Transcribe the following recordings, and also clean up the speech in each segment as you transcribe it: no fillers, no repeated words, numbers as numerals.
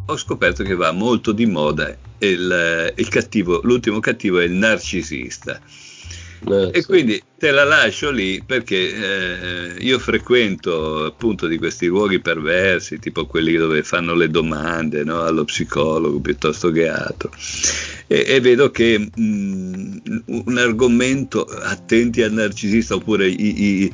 ho scoperto che va molto di moda il cattivo, l'ultimo cattivo è il narcisista. E quindi te la lascio lì perché io frequento appunto di questi luoghi perversi, tipo quelli dove fanno le domande, no, allo psicologo piuttosto che altro, e vedo che un argomento, attenti al narcisista, oppure i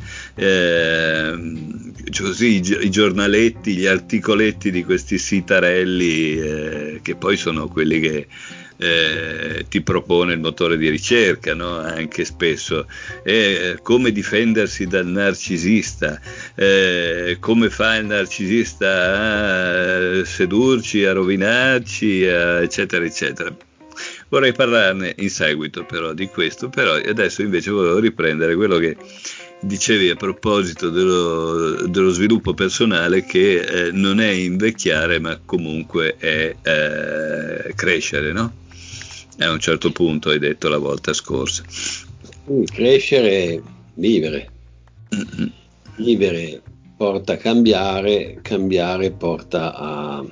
giornaletti, gli articoletti di questi sitarelli che poi sono quelli che ti propone il motore di ricerca, no? Anche spesso come difendersi dal narcisista, come fa il narcisista a sedurci, a rovinarci, eccetera eccetera. Vorrei parlarne in seguito però di questo, però adesso invece volevo riprendere quello che dicevi a proposito dello sviluppo personale, che non è invecchiare ma comunque è crescere, no? A un certo punto hai detto la volta scorsa. Crescere, vivere. Mm-hmm. Vivere porta a cambiare, cambiare porta a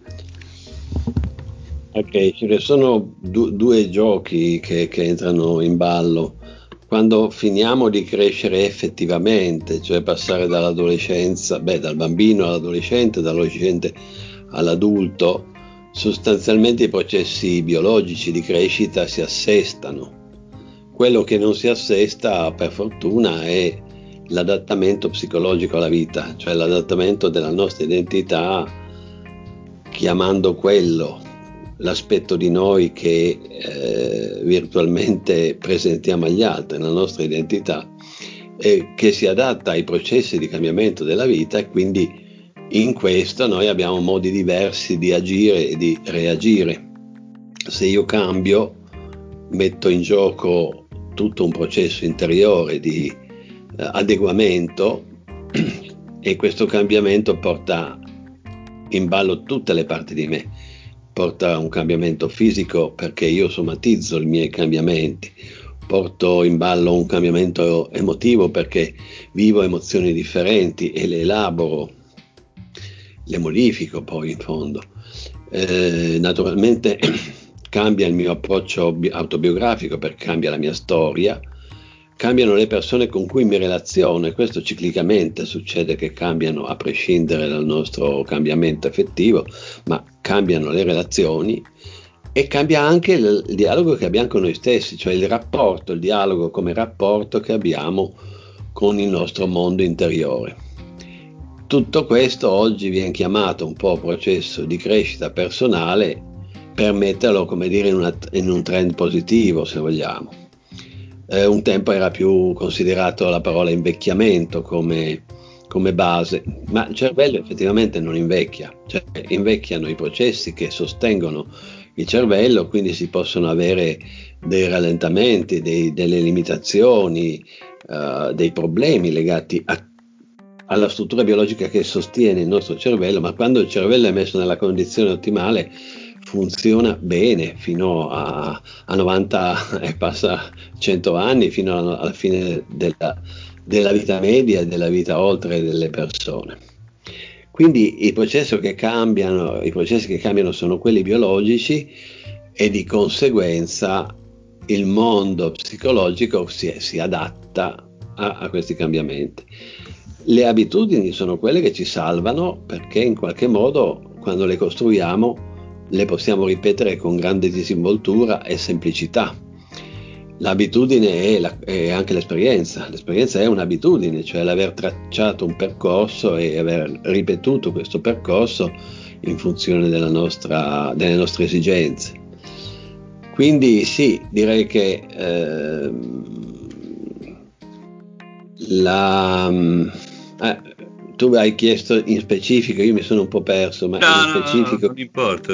crescere. Sono due giochi che entrano in ballo. Quando finiamo di crescere effettivamente, cioè passare dall'adolescenza, dal bambino all'adolescente, dall'adolescente all'adulto, sostanzialmente i processi biologici di crescita si assestano. Quello che non si assesta, per fortuna, è l'adattamento psicologico alla vita, cioè l'adattamento della nostra identità, chiamando quello l'aspetto di noi che virtualmente presentiamo agli altri, la nostra identità, che si adatta ai processi di cambiamento della vita, e quindi in questo noi abbiamo modi diversi di agire e di reagire. Se io cambio, metto in gioco tutto un processo interiore di adeguamento, e questo cambiamento porta in ballo tutte le parti di me. Porta un cambiamento fisico perché io somatizzo i miei cambiamenti, porto in ballo un cambiamento emotivo perché vivo emozioni differenti e le elaboro, le modifico poi in fondo. Naturalmente cambia il mio approccio autobiografico perché cambia la mia storia, cambiano le persone con cui mi relaziono, e questo ciclicamente succede, che cambiano a prescindere dal nostro cambiamento effettivo, ma cambiano le relazioni, e cambia anche il dialogo che abbiamo con noi stessi, cioè il rapporto, il dialogo come rapporto che abbiamo con il nostro mondo interiore. Tutto questo oggi viene chiamato un po' processo di crescita personale, per metterlo, come dire, in un trend positivo, se vogliamo. Un tempo era più considerato la parola invecchiamento come base, ma il cervello effettivamente non invecchia, cioè invecchiano i processi che sostengono il cervello, quindi si possono avere dei rallentamenti, delle limitazioni, dei problemi legati alla struttura biologica che sostiene il nostro cervello, ma quando il cervello è messo nella condizione ottimale funziona bene fino a 90 e passa 100 anni, fino alla fine della vita media e della vita oltre delle persone. Quindi i processi che cambiano sono quelli biologici, e di conseguenza il mondo psicologico si adatta a questi cambiamenti. Le abitudini sono quelle che ci salvano, perché in qualche modo quando le costruiamo le possiamo ripetere con grande disinvoltura e semplicità. L'abitudine è anche l'esperienza. L'esperienza è un'abitudine, cioè l'aver tracciato un percorso e aver ripetuto questo percorso in funzione delle nostre esigenze. Quindi sì, direi che tu hai chiesto in specifico, io mi sono un po' perso, ma in specifico... No, non importa,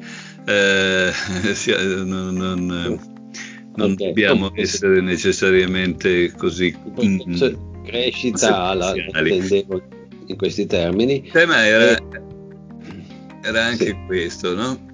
non dobbiamo essere necessariamente così crescita la intendevo in questi termini. Il tema era anche questo, no?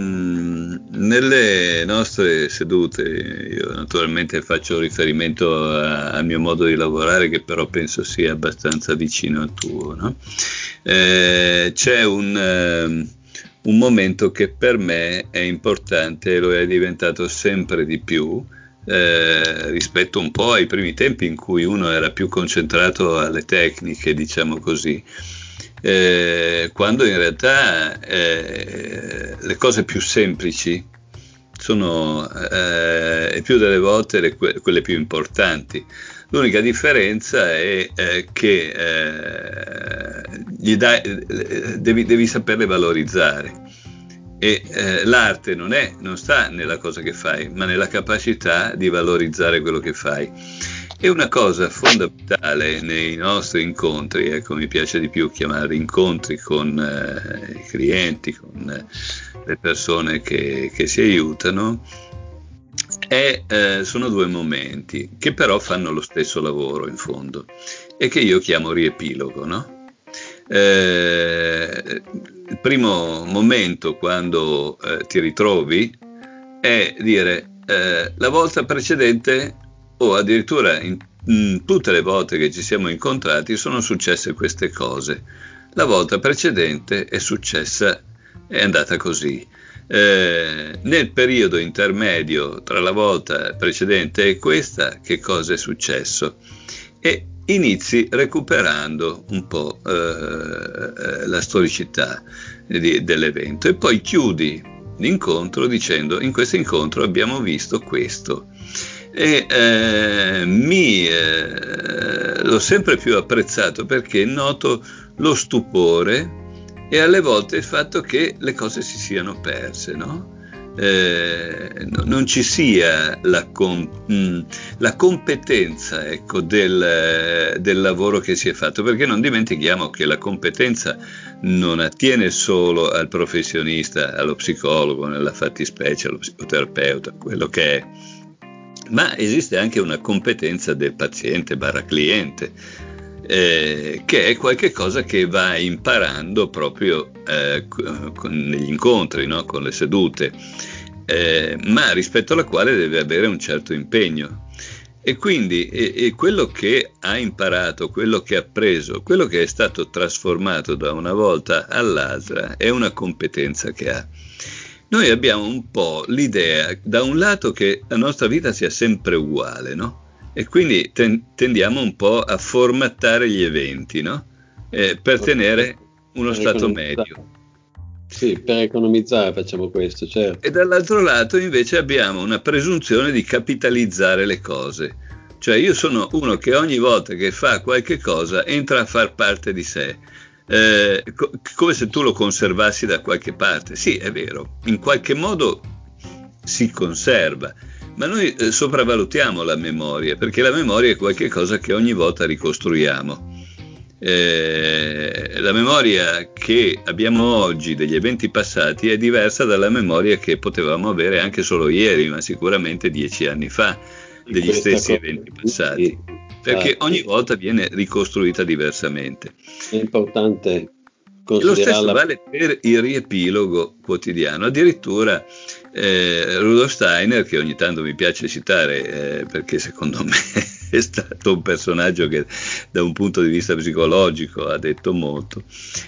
Nelle nostre sedute, io naturalmente faccio riferimento al mio modo di lavorare, che però penso sia abbastanza vicino al tuo, no? C'è un un momento che per me è importante e lo è diventato sempre di più, rispetto un po' ai primi tempi in cui uno era più concentrato alle tecniche, diciamo così, quando in realtà le cose più semplici sono più delle volte quelle più importanti. L'unica differenza è che devi saperle valorizzare, e l'arte non sta nella cosa che fai, ma nella capacità di valorizzare quello che fai. E una cosa fondamentale nei nostri incontri, ecco, mi piace di più chiamare incontri con i clienti, con le persone che si aiutano, sono due momenti che però fanno lo stesso lavoro in fondo e che io chiamo riepilogo, no? Il primo momento, quando ti ritrovi, è dire la volta precedente, o addirittura in tutte le volte che ci siamo incontrati, sono successe queste cose. La volta precedente è andata così. Nel periodo intermedio tra la volta precedente e questa, che cosa è successo? E inizi recuperando un po' la storicità dell'evento, e poi chiudi l'incontro dicendo: in questo incontro abbiamo visto questo. E l'ho sempre più apprezzato, perché noto lo stupore e alle volte il fatto che le cose si siano perse, no? Non ci sia la competenza, ecco, del lavoro che si è fatto, perché non dimentichiamo che la competenza non attiene solo al professionista, allo psicologo, nella fattispecie, allo psicoterapeuta, quello che è, ma esiste anche una competenza del paziente / cliente, che è qualche cosa che va imparando proprio negli incontri, no? Con le sedute, ma rispetto alla quale deve avere un certo impegno. E quindi quello che ha imparato, quello che ha appreso, quello che è stato trasformato da una volta all'altra, è una competenza che ha. Noi abbiamo un po' l'idea, da un lato, che la nostra vita sia sempre uguale, no? E quindi tendiamo un po' a formattare gli eventi, no? Per tenere uno stato medio. Sì, per economizzare facciamo questo, certo. E dall'altro lato invece abbiamo una presunzione di capitalizzare le cose. Cioè, io sono uno che ogni volta che fa qualche cosa entra a far parte di sé. Come se tu lo conservassi da qualche parte. Sì, è vero, in qualche modo si conserva, ma noi sopravvalutiamo la memoria, perché la memoria è qualche cosa che ogni volta ricostruiamo. La memoria che abbiamo oggi degli eventi passati è diversa dalla memoria che potevamo avere anche solo ieri, ma sicuramente 10 anni fa, degli stessi eventi passati. Perché ogni volta viene ricostruita diversamente. È importante considerarla. Lo stesso vale per il riepilogo quotidiano. Addirittura Rudolf Steiner, che ogni tanto mi piace citare, perché secondo me è stato un personaggio che da un punto di vista psicologico ha detto molto,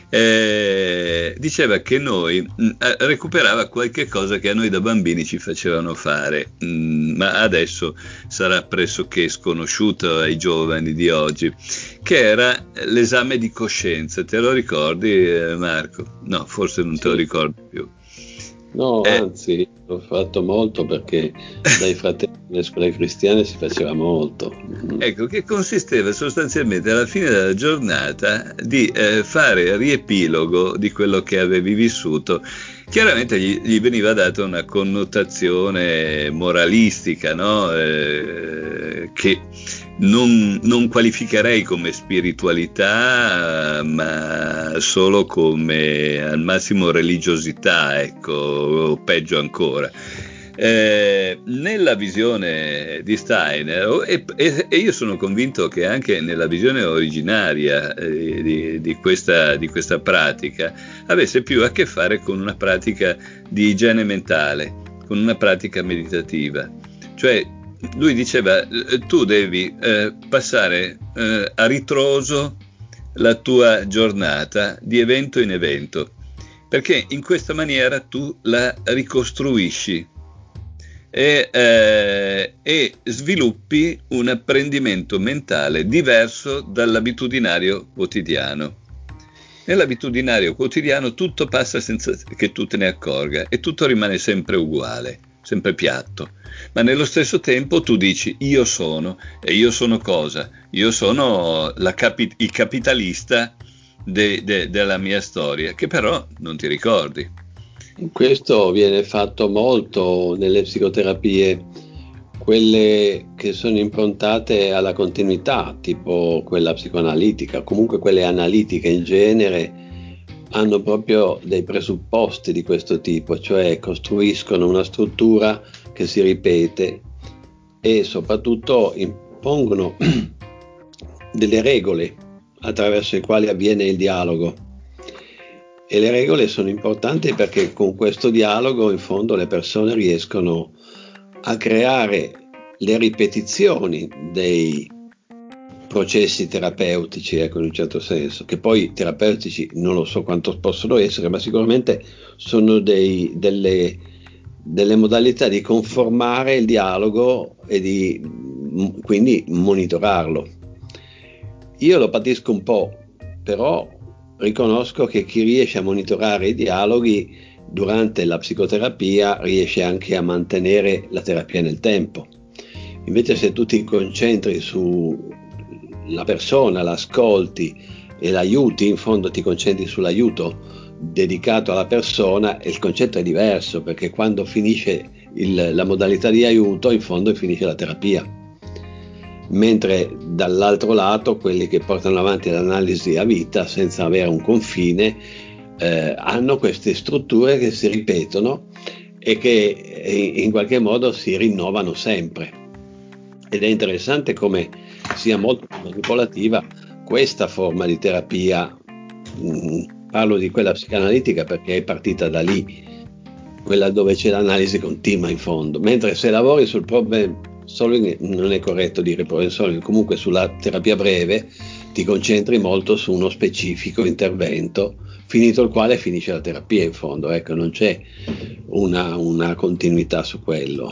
diceva che recuperava qualche cosa che a noi da bambini ci facevano fare, ma adesso sarà pressoché sconosciuto ai giovani di oggi, che era l'esame di coscienza. Te lo ricordi, Marco? No, forse non te lo ricordi più. No, anzi, l'ho fatto molto, perché dai fratelli nelle scuole cristiane si faceva molto. Ecco, che consisteva sostanzialmente alla fine della giornata di fare riepilogo di quello che avevi vissuto. Chiaramente gli veniva data una connotazione moralistica, no? Che non qualificherei come spiritualità, ma solo come al massimo religiosità, ecco, o peggio ancora. Nella visione di Steiner, e io sono convinto che anche nella visione originaria di questa pratica, avesse più a che fare con una pratica di igiene mentale, con una pratica meditativa. Cioè, lui diceva: tu devi passare a ritroso la tua giornata di evento in evento, perché in questa maniera tu la ricostruisci e sviluppi un apprendimento mentale diverso dall'abitudinario quotidiano. Nell'abitudinario quotidiano tutto passa senza che tu te ne accorga e tutto rimane sempre uguale, sempre piatto, ma nello stesso tempo tu dici io sono, e io sono cosa? Io sono il capitalista della mia storia, che però non ti ricordi. Questo viene fatto molto nelle psicoterapie, quelle che sono improntate alla continuità, tipo quella psicoanalitica, comunque quelle analitiche in genere, hanno proprio dei presupposti di questo tipo, cioè costruiscono una struttura che si ripete e soprattutto impongono delle regole attraverso le quali avviene il dialogo. E le regole sono importanti perché con questo dialogo in fondo le persone riescono a creare le ripetizioni dei processi terapeutici, ecco, in un certo senso, che poi terapeutici non lo so quanto possono essere, ma sicuramente sono delle modalità di conformare il dialogo e di quindi monitorarlo. Io lo patisco un po', però riconosco che chi riesce a monitorare i dialoghi durante la psicoterapia riesce anche a mantenere la terapia nel tempo. Invece se tu ti concentri sulla persona, l'ascolti e l'aiuti, in fondo ti concentri sull'aiuto dedicato alla persona, e il concetto è diverso, perché quando finisce la modalità di aiuto, in fondo finisce la terapia. Mentre dall'altro lato quelli che portano avanti l'analisi a vita senza avere un confine hanno queste strutture che si ripetono e che in qualche modo si rinnovano sempre, ed è interessante come sia molto manipolativa questa forma di terapia. Parlo di quella psicanalitica perché è partita da lì, quella dove c'è l'analisi continua in fondo, mentre se lavori sul problem solving, non è corretto dire problem solving, comunque sulla terapia breve ti concentri molto su uno specifico intervento, finito il quale finisce la terapia in fondo, ecco, non c'è una continuità su quello.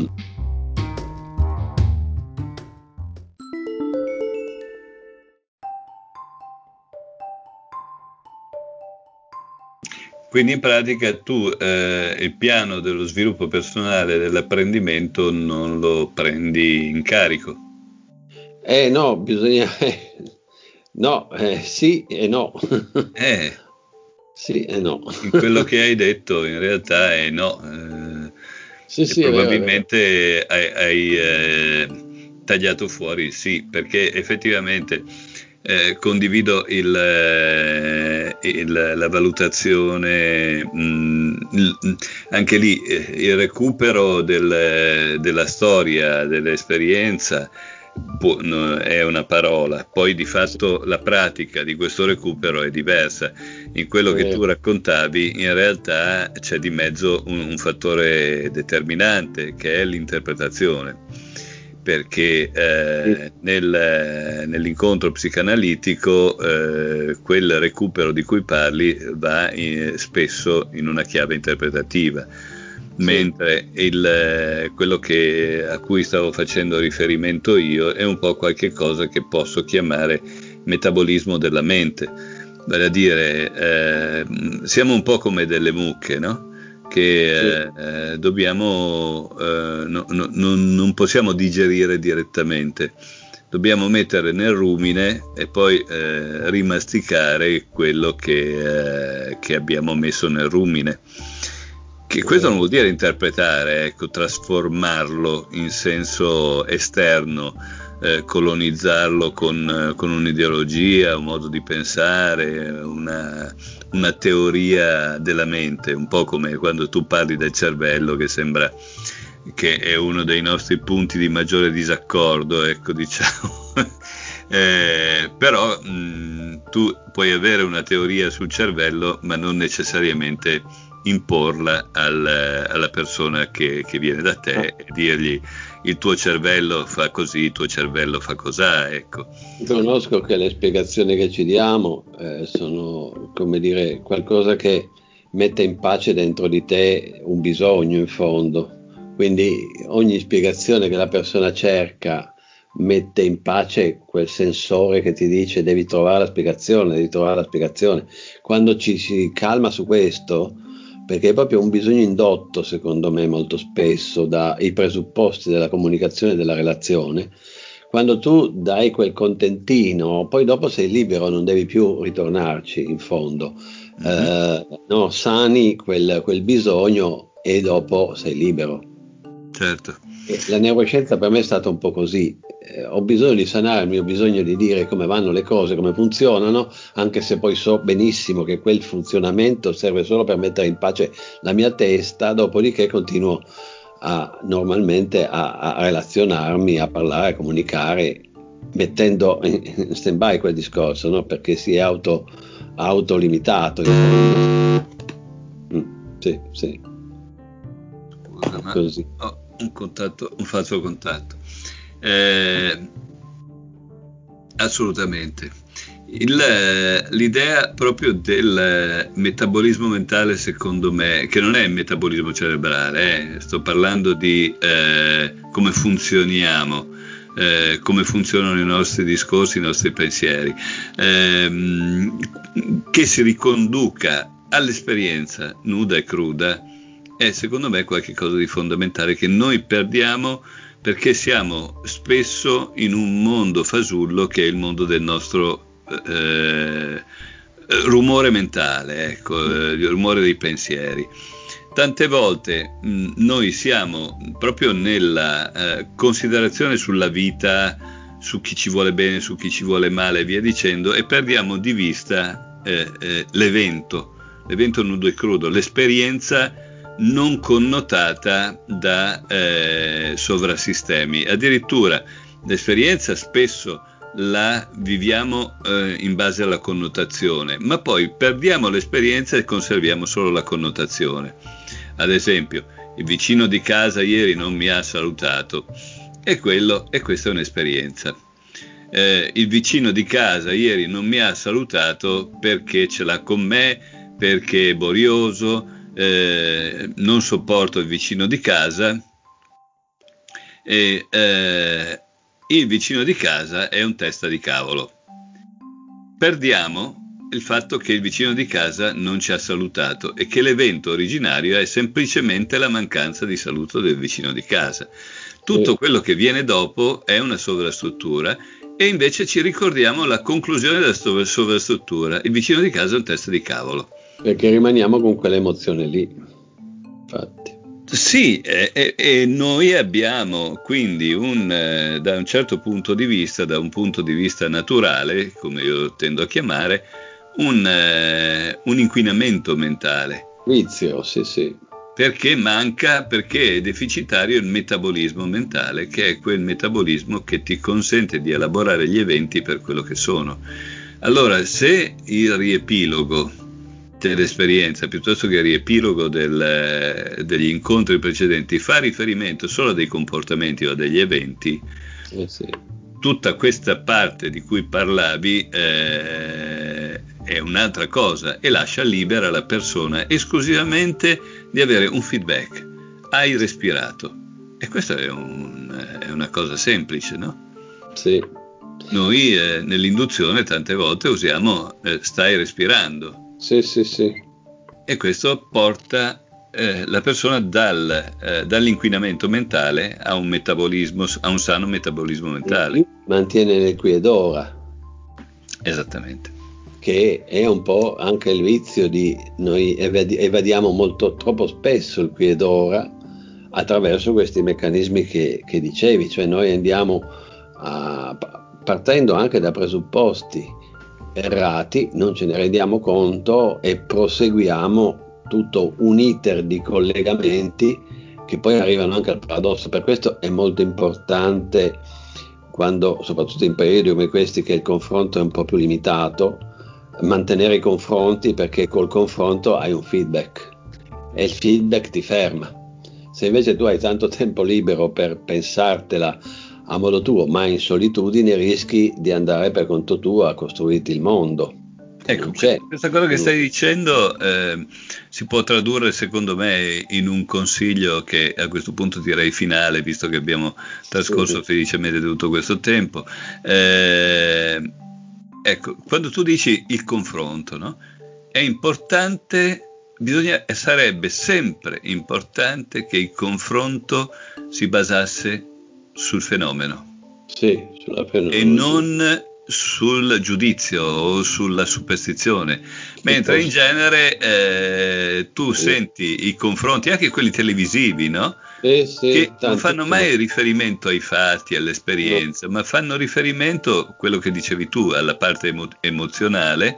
Quindi in pratica tu il piano dello sviluppo personale, dell'apprendimento, non lo prendi in carico. No, bisogna... no, sì e no. Sì e no. In quello che hai detto in realtà è no. Sì, probabilmente hai tagliato fuori sì, perché effettivamente condivido la valutazione, anche lì il recupero della storia, dell'esperienza è una parola, poi di fatto la pratica di questo recupero è diversa. In quello che tu raccontavi in realtà c'è di mezzo un fattore determinante che è l'interpretazione, perché nell'incontro psicanalitico quel recupero di cui parli va spesso in una chiave interpretativa, mentre quello a cui stavo facendo riferimento io è un po' qualche cosa che posso chiamare metabolismo della mente, vale a dire siamo un po' come delle mucche, no? Che dobbiamo non possiamo digerire direttamente, dobbiamo mettere nel rumine e poi rimasticare quello che abbiamo messo nel rumine. Che questo non vuol dire interpretare, ecco, trasformarlo in senso esterno, colonizzarlo con un'ideologia, un modo di pensare, una teoria della mente, un po' come quando tu parli del cervello, che sembra che è uno dei nostri punti di maggiore disaccordo, ecco, diciamo. Però tu puoi avere una teoria sul cervello, ma non necessariamente imporla alla persona che viene da te e dirgli il tuo cervello fa così, il tuo cervello fa cos'ha, ecco. Conosco che le spiegazioni che ci diamo sono, come dire, qualcosa che mette in pace dentro di te un bisogno in fondo. Quindi ogni spiegazione che la persona cerca mette in pace quel sensore che ti dice devi trovare la spiegazione, devi trovare la spiegazione. Quando ci si calma su questo, perché è proprio un bisogno indotto, secondo me, molto spesso dai presupposti della comunicazione e della relazione, quando tu dai quel contentino, poi dopo sei libero, non devi più ritornarci in fondo. No, sani quel bisogno e dopo sei libero. Certo. E la neuroscienza per me è stata un po' così. Ho bisogno di sanare il mio bisogno di dire come vanno le cose, come funzionano, anche se poi so benissimo che quel funzionamento serve solo per mettere in pace la mia testa, dopodiché continuo normalmente a relazionarmi, a parlare, a comunicare, mettendo in stand-by quel discorso, no? Perché si è autolimitato. Sì. Scusa, ma così. Ho un falso contatto. Assolutamente. L'idea proprio del metabolismo mentale, secondo me, che non è il metabolismo cerebrale, sto parlando di come funzioniamo, come funzionano i nostri discorsi, i nostri pensieri, che si riconduca all'esperienza nuda e cruda, è secondo me qualcosa di fondamentale che noi perdiamo, perché siamo spesso in un mondo fasullo che è il mondo del nostro rumore mentale, ecco, il rumore dei pensieri. Tante volte noi siamo proprio nella considerazione sulla vita, su chi ci vuole bene, su chi ci vuole male e via dicendo, e perdiamo di vista l'evento nudo e crudo, l'esperienza non connotata da sovrasistemi. Addirittura l'esperienza spesso la viviamo in base alla connotazione, ma poi perdiamo l'esperienza e conserviamo solo la connotazione. Ad esempio, il vicino di casa ieri non mi ha salutato, e questa è un'esperienza. Il vicino di casa ieri non mi ha salutato perché ce l'ha con me, perché è borioso, non sopporto il vicino di casa, e il vicino di casa è un testa di cavolo. Perdiamo il fatto che il vicino di casa non ci ha salutato e che l'evento originario è semplicemente la mancanza di saluto del vicino di casa. Tutto quello che viene dopo è una sovrastruttura, e invece ci ricordiamo la conclusione della sovrastruttura: il vicino di casa è un testa di cavolo. Perché rimaniamo con quell'emozione lì, infatti. Sì, e noi abbiamo quindi da un certo punto di vista, da un punto di vista naturale, come io tendo a chiamare, un inquinamento mentale. Vizio, sì. Perché è deficitario il metabolismo mentale, che è quel metabolismo che ti consente di elaborare gli eventi per quello che sono. Allora, se il riepilogo dell'esperienza, piuttosto che il riepilogo degli incontri precedenti, fa riferimento solo a dei comportamenti o a degli eventi, sì. Tutta questa parte di cui parlavi è un'altra cosa, e lascia libera la persona esclusivamente di avere un feedback. Hai respirato, e questa è una cosa semplice, no? Sì. Noi nell'induzione tante volte usiamo stai respirando. Sì. E questo porta la persona dall'inquinamento mentale a un sano metabolismo mentale. Mantiene nel qui ed ora. Esattamente. Che è un po' anche il vizio di noi evadiamo troppo spesso il qui ed ora attraverso questi meccanismi che dicevi, cioè noi andiamo partendo anche da presupposti errati, non ce ne rendiamo conto e proseguiamo tutto un iter di collegamenti che poi arrivano anche al paradosso. Per questo è molto importante, quando, soprattutto in periodi come questi che il confronto è un po' più limitato, mantenere i confronti, perché col confronto hai un feedback e il feedback ti ferma. Se invece tu hai tanto tempo libero per pensartela a modo tuo, ma in solitudine, rischi di andare per conto tuo a costruirti il mondo. Ecco, non c'è. questa cosa che stai dicendo si può tradurre secondo me in un consiglio che a questo punto direi finale, visto che abbiamo trascorso felicemente tutto questo tempo. Ecco, quando tu dici il confronto, no? È importante, sarebbe sempre importante che il confronto si basasse sul fenomeno. Sì, sulla fenomeno. E non sul giudizio o sulla superstizione, mentre in genere tu senti i confronti, anche quelli televisivi, no? Che non fanno mai riferimento ai fatti, all'esperienza, ma fanno riferimento, quello che dicevi tu, alla parte emozionale,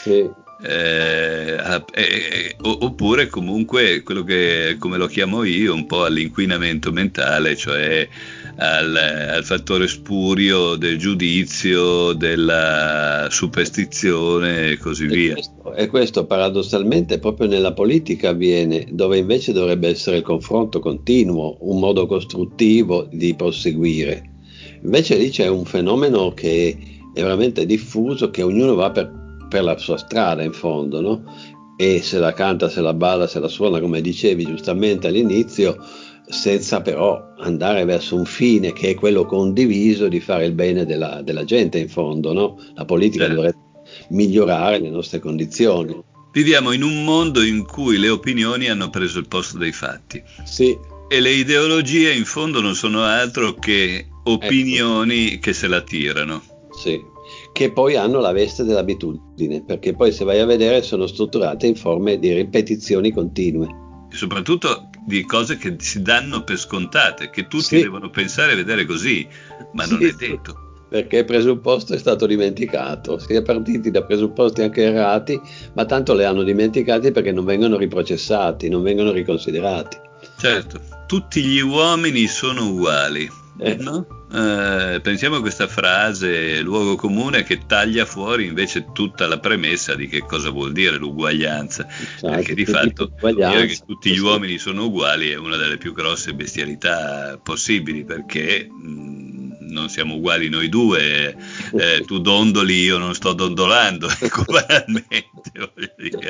oppure comunque quello che, come lo chiamo io, un po' all'inquinamento mentale, cioè al fattore spurio del giudizio, della superstizione e così via. E questo paradossalmente proprio nella politica avviene, dove invece dovrebbe essere il confronto continuo, un modo costruttivo di proseguire. Invece lì c'è un fenomeno che è veramente diffuso, che ognuno va per la sua strada in fondo, no? E se la canta, se la balla, se la suona, come dicevi giustamente all'inizio, senza però andare verso un fine che è quello condiviso di fare il bene della gente in fondo, no? La politica dovrebbe migliorare le nostre condizioni. Viviamo in un mondo in cui le opinioni hanno preso il posto dei fatti. Sì. E le ideologie in fondo non sono altro che opinioni che se la tirano. Sì, che poi hanno la veste dell'abitudine, perché poi se vai a vedere sono strutturate in forme di ripetizioni continue. E soprattutto di cose che si danno per scontate, che tutti devono pensare e vedere così, ma non è detto. Perché il presupposto è stato dimenticato, si è partiti da presupposti anche errati, ma tanto li hanno dimenticati perché non vengono riprocessati, non vengono riconsiderati. Certo, tutti gli uomini sono uguali, no? Pensiamo a questa frase, luogo comune, che taglia fuori invece tutta la premessa di che cosa vuol dire l'uguaglianza, perché di fatto dire che tutti gli uomini sono uguali è una delle più grosse bestialità possibili, perché non siamo uguali noi due, tu dondoli, io non sto dondolando, banalmente, voglio dire.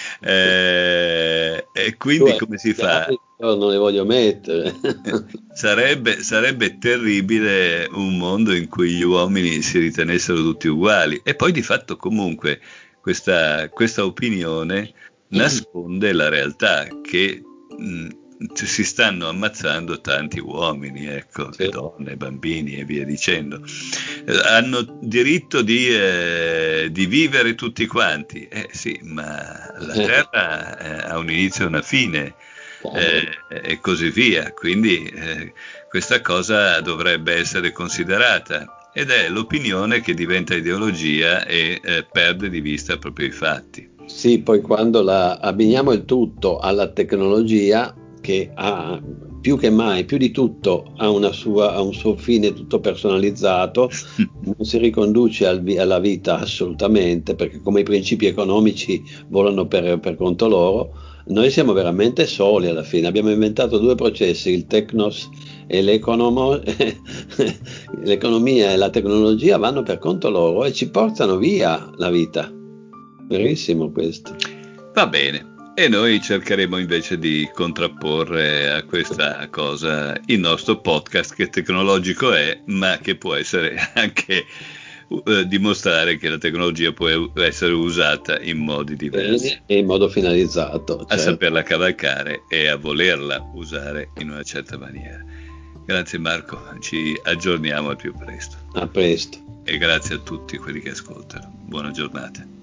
E quindi come si fa? Non le voglio mettere. Sarebbe terribile un mondo in cui gli uomini si ritenessero tutti uguali, e poi di fatto comunque questa opinione nasconde la realtà che si stanno ammazzando tanti uomini, ecco, e donne, bambini e via dicendo. Hanno diritto di vivere tutti quanti, sì, ma la terra ha un inizio e una fine, e così via, quindi questa cosa dovrebbe essere considerata, ed è l'opinione che diventa ideologia e perde di vista proprio i fatti. Sì, poi quando abbiniamo il tutto alla tecnologia, che ha più che mai, più di tutto, ha un suo fine tutto personalizzato, non si riconduce alla vita assolutamente, perché come i principi economici volano per conto loro, noi siamo veramente soli alla fine. Abbiamo inventato due processi, il technos e l'economia e la tecnologia vanno per conto loro e ci portano via la vita. Verissimo questo. Va bene. E noi cercheremo invece di contrapporre a questa cosa il nostro podcast, che tecnologico è, ma che può essere anche dimostrare che la tecnologia può essere usata in modi diversi e in modo finalizzato, a saperla cavalcare e a volerla usare in una certa maniera. Grazie Marco, ci aggiorniamo al più presto. A presto. E grazie a tutti quelli che ascoltano. Buona giornata.